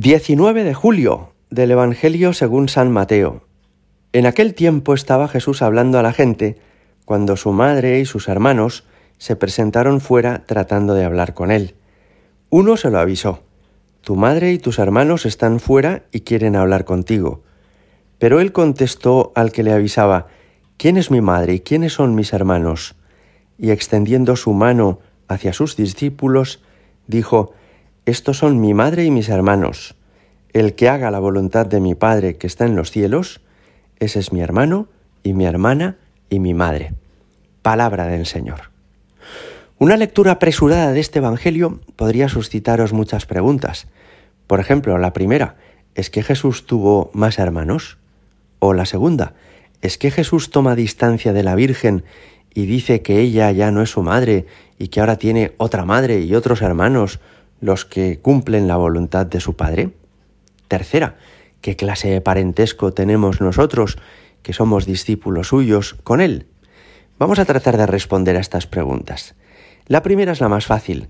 19 de julio del Evangelio según San Mateo. En aquel tiempo estaba Jesús hablando a la gente cuando su madre y sus hermanos se presentaron fuera tratando de hablar con él. Uno se lo avisó: «Tu madre y tus hermanos están fuera y quieren hablar contigo». Pero él contestó al que le avisaba: «¿Quién es mi madre y quiénes son mis hermanos?». Y extendiendo su mano hacia sus discípulos, dijo: «Estos son mi madre y mis hermanos. El que haga la voluntad de mi Padre que está en los cielos, ese es mi hermano y mi hermana y mi madre». Palabra del Señor. Una lectura apresurada de este Evangelio podría suscitaros muchas preguntas. Por ejemplo, la primera: ¿es que Jesús tuvo más hermanos? O la segunda: ¿es que Jesús toma distancia de la Virgen y dice que ella ya no es su madre y que ahora tiene otra madre y otros hermanos, los que cumplen la voluntad de su Padre? Tercera: ¿qué clase de parentesco tenemos nosotros, que somos discípulos suyos, con él? Vamos a tratar de responder a estas preguntas. La primera es la más fácil.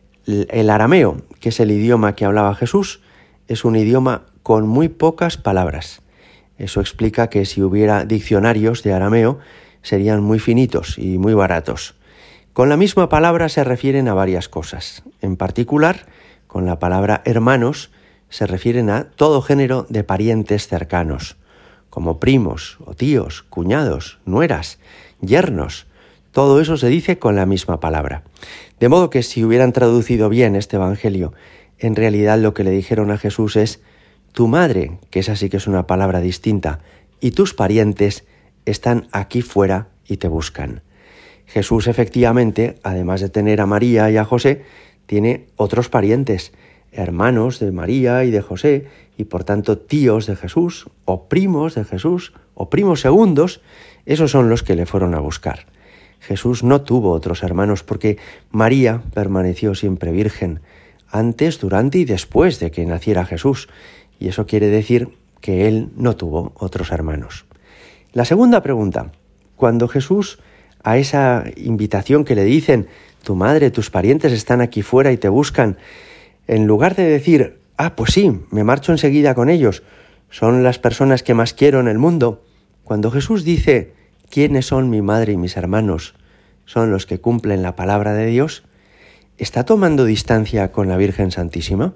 El arameo, que es el idioma que hablaba Jesús, es un idioma con muy pocas palabras. Eso explica que si hubiera diccionarios de arameo, serían muy finitos y muy baratos. Con la misma palabra se refieren a varias cosas. En particular, con la palabra hermanos se refieren a todo género de parientes cercanos, como primos o tíos, cuñados, nueras, yernos. Todo eso se dice con la misma palabra. De modo que si hubieran traducido bien este Evangelio, en realidad lo que le dijeron a Jesús es: tu madre, que esa sí que es una palabra distinta, y tus parientes están aquí fuera y te buscan. Jesús, efectivamente, además de tener a María y a José, tiene otros parientes, hermanos de María y de José, y por tanto tíos de Jesús, o primos de Jesús, o primos segundos. Esos son los que le fueron a buscar. Jesús no tuvo otros hermanos porque María permaneció siempre virgen, antes, durante y después de que naciera Jesús, y eso quiere decir que él no tuvo otros hermanos. La segunda pregunta: cuando Jesús, a esa invitación que le dicen, tu madre, tus parientes están aquí fuera y te buscan, en lugar de decir, pues sí, me marcho enseguida con ellos, son las personas que más quiero en el mundo, cuando Jesús dice, ¿quiénes son mi madre y mis hermanos? Son los que cumplen la palabra de Dios. ¿Está tomando distancia con la Virgen Santísima?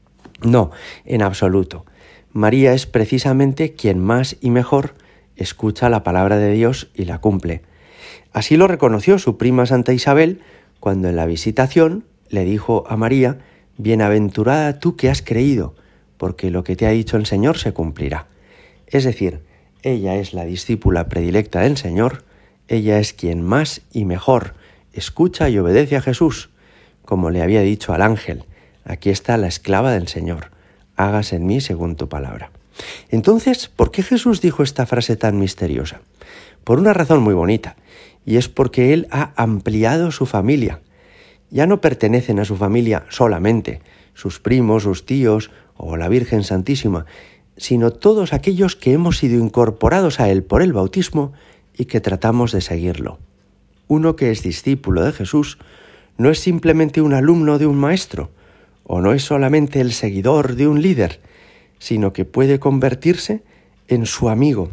No, en absoluto. María es precisamente quien más y mejor escucha la palabra de Dios y la cumple. Así lo reconoció su prima Santa Isabel cuando en la visitación le dijo a María: «Bienaventurada tú que has creído, porque lo que te ha dicho el Señor se cumplirá». Es decir, ella es la discípula predilecta del Señor, ella es quien más y mejor escucha y obedece a Jesús, como le había dicho al ángel: «Aquí está la esclava del Señor, hágase en mí según tu palabra». Entonces, ¿por qué Jesús dijo esta frase tan misteriosa? Por una razón muy bonita, y es porque Él ha ampliado su familia. Ya no pertenecen a su familia solamente sus primos, sus tíos o la Virgen Santísima, sino todos aquellos que hemos sido incorporados a Él por el bautismo y que tratamos de seguirlo. Uno que es discípulo de Jesús no es simplemente un alumno de un maestro, o no es solamente el seguidor de un líder, sino que puede convertirse en su amigo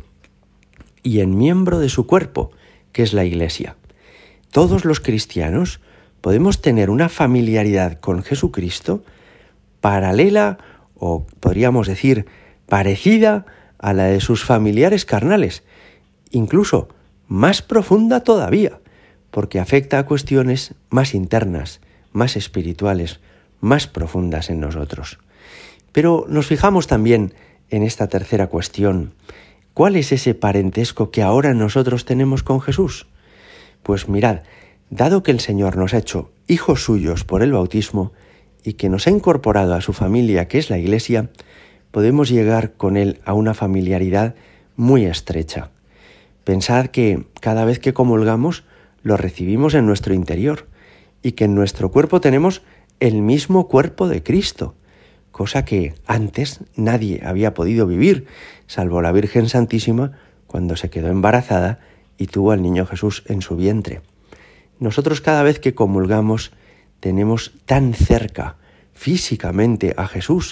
y en miembro de su cuerpo, que es la Iglesia. Todos los cristianos podemos tener una familiaridad con Jesucristo paralela, o podríamos decir parecida a la de sus familiares carnales, incluso más profunda todavía, porque afecta a cuestiones más internas, más espirituales, más profundas en nosotros. Pero nos fijamos también en esta tercera cuestión: ¿cuál es ese parentesco que ahora nosotros tenemos con Jesús? Pues mirad, dado que el Señor nos ha hecho hijos suyos por el bautismo y que nos ha incorporado a su familia, que es la Iglesia, podemos llegar con Él a una familiaridad muy estrecha. Pensad que cada vez que comulgamos lo recibimos en nuestro interior y que en nuestro cuerpo tenemos el mismo cuerpo de Cristo, cosa que antes nadie había podido vivir, salvo la Virgen Santísima cuando se quedó embarazada y tuvo al niño Jesús en su vientre. Nosotros cada vez que comulgamos tenemos tan cerca físicamente a Jesús,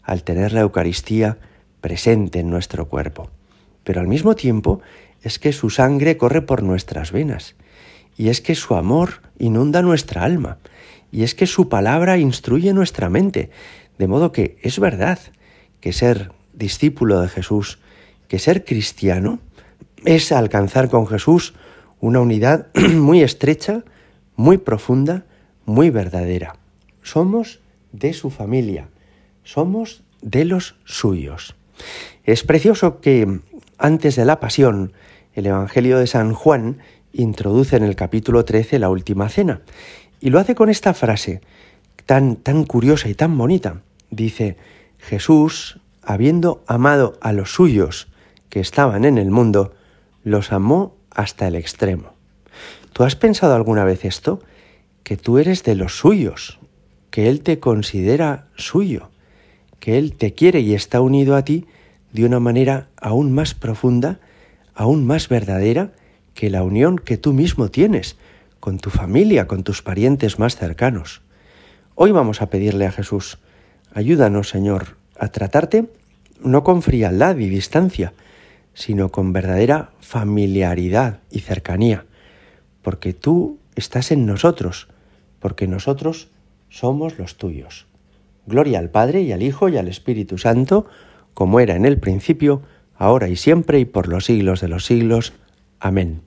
al tener la Eucaristía presente en nuestro cuerpo. Pero al mismo tiempo es que su sangre corre por nuestras venas, y es que su amor inunda nuestra alma, y es que su palabra instruye nuestra mente, de modo que es verdad que ser discípulo de Jesús, que ser cristiano, es alcanzar con Jesús una unidad muy estrecha, muy profunda, muy verdadera. Somos de su familia, somos de los suyos. Es precioso que antes de la Pasión, el Evangelio de San Juan introduce en el capítulo 13 la última cena, y lo hace con esta frase tan curiosa y tan bonita. Dice: Jesús, habiendo amado a los suyos que estaban en el mundo, los amó hasta el extremo. ¿Tú has pensado alguna vez esto? Que tú eres de los suyos, que Él te considera suyo, que Él te quiere y está unido a ti de una manera aún más profunda, aún más verdadera que la unión que tú mismo tienes con tu familia, con tus parientes más cercanos. Hoy vamos a pedirle a Jesús: ayúdanos, Señor, a tratarte no con frialdad y distancia, sino con verdadera familiaridad y cercanía, porque tú estás en nosotros, porque nosotros somos los tuyos. Gloria al Padre, y al Hijo, y al Espíritu Santo, como era en el principio, ahora y siempre, y por los siglos de los siglos. Amén.